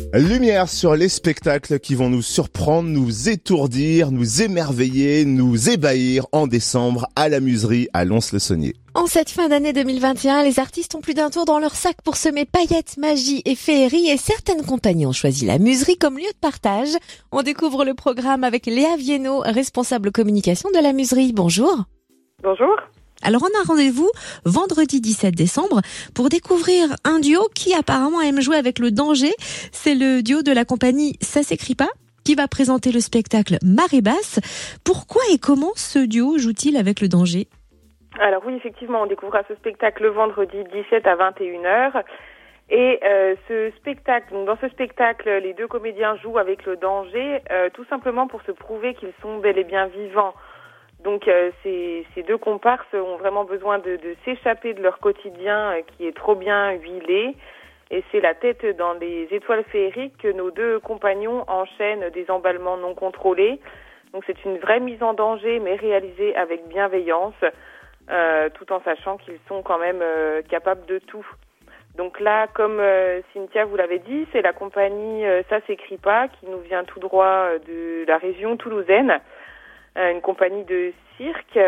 Lumière sur les spectacles qui vont nous surprendre, nous étourdir, nous émerveiller, nous ébahir en décembre à la Muserie à Lons-le-Saunier. En cette fin d'année 2021, les artistes ont plus d'un tour dans leur sac pour semer paillettes, magie et féerie et certaines compagnies ont choisi la Muserie comme lieu de partage. On découvre le programme avec Léa Viennot, responsable communication de la Muserie. Bonjour. Bonjour. Alors on a rendez-vous vendredi 17 décembre pour découvrir un duo qui apparemment aime jouer avec le danger. C'est le duo de la compagnie Ça s'écrit pas qui va présenter le spectacle Marée basse. Pourquoi et comment ce duo joue-t-il avec le danger ? Alors oui, effectivement, on découvrira ce spectacle le vendredi 17 à 21h. Et dans ce spectacle, les deux comédiens jouent avec le danger, tout simplement pour se prouver qu'ils sont bel et bien vivants. Donc ces deux comparses ont vraiment besoin de s'échapper de leur quotidien qui est trop bien huilé. Et c'est la tête dans les étoiles féeriques que nos deux compagnons enchaînent des emballements non contrôlés. Donc c'est une vraie mise en danger, mais réalisée avec bienveillance, tout en sachant qu'ils sont quand même capables de tout. Donc là, comme Cynthia vous l'avait dit, c'est la compagnie Ça s'écrit pas qui nous vient tout droit de la région toulousaine. Une compagnie de cirque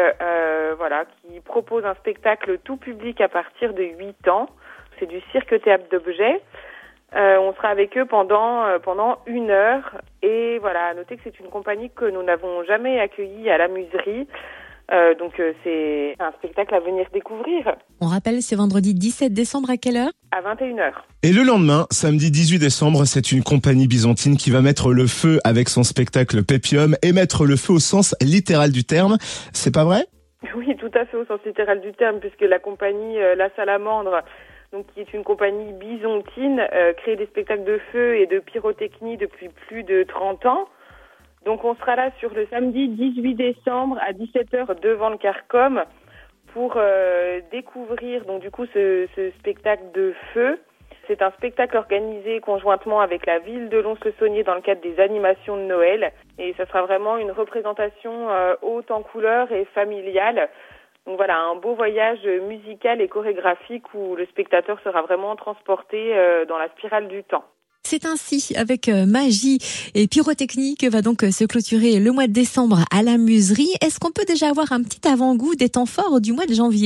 qui propose un spectacle tout public à partir de 8 ans. C'est du cirque-théâtre d'objets. On sera avec eux pendant 1 heure. Et voilà, à noter que c'est une compagnie que nous n'avons jamais accueillie à la Muserie. Donc c'est un spectacle à venir découvrir. On rappelle, c'est vendredi 17 décembre à quelle heure ? À 21h. Et le lendemain, samedi 18 décembre, c'est une compagnie byzantine qui va mettre le feu avec son spectacle Pépium et mettre le feu au sens littéral du terme. C'est pas vrai ? Oui, tout à fait au sens littéral du terme, puisque la compagnie La Salamandre, donc qui est une compagnie byzantine, crée des spectacles de feu et de pyrotechnie depuis plus de 30 ans. Donc on sera là sur le samedi 18 décembre à 17h devant le Carcom pour découvrir donc du coup ce spectacle de feu. C'est un spectacle organisé conjointement avec la ville de Lons-le-Saunier dans le cadre des animations de Noël. Et ça sera vraiment une représentation haute en couleurs et familiale. Donc voilà, un beau voyage musical et chorégraphique où le spectateur sera vraiment transporté dans la spirale du temps. C'est ainsi, avec magie et pyrotechnie, que va donc se clôturer le mois de décembre à la Muserie. Est-ce qu'on peut déjà avoir un petit avant-goût des temps forts du mois de janvier ?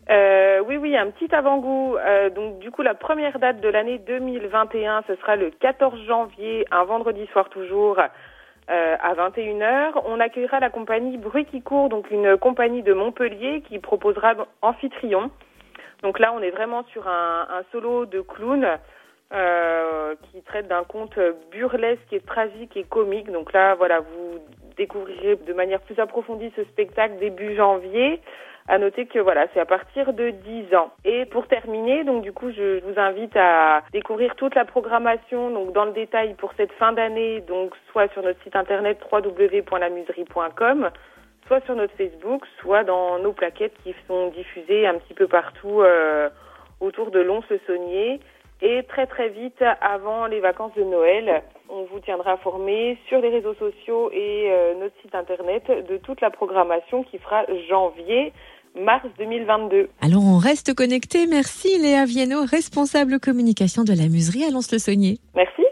Oui, un petit avant-goût. Donc du coup, la première date de l'année 2021, ce sera le 14 janvier, un vendredi soir toujours, à 21h. On accueillera la compagnie Bruit qui court, donc une compagnie de Montpellier qui proposera Amphitryon. Donc là, on est vraiment sur un solo de clown qui traite d'un conte burlesque et tragique et comique. Donc là, voilà, vous découvrirez de manière plus approfondie ce spectacle début janvier. À noter que voilà, c'est à partir de 10 ans. Et pour terminer, donc du coup, je vous invite à découvrir toute la programmation, donc dans le détail pour cette fin d'année, donc soit sur notre site internet www.lamuserie.com, soit sur notre Facebook, soit dans nos plaquettes qui sont diffusées un petit peu partout autour de Lons-le-Saunier. Et très très vite, avant les vacances de Noël, on vous tiendra informé sur les réseaux sociaux et notre site internet de toute la programmation qui fera janvier-mars 2022. Alors on reste connecté. Merci Léa Viennot, responsable communication de la Muserie à Lons-le-Saunier. Merci.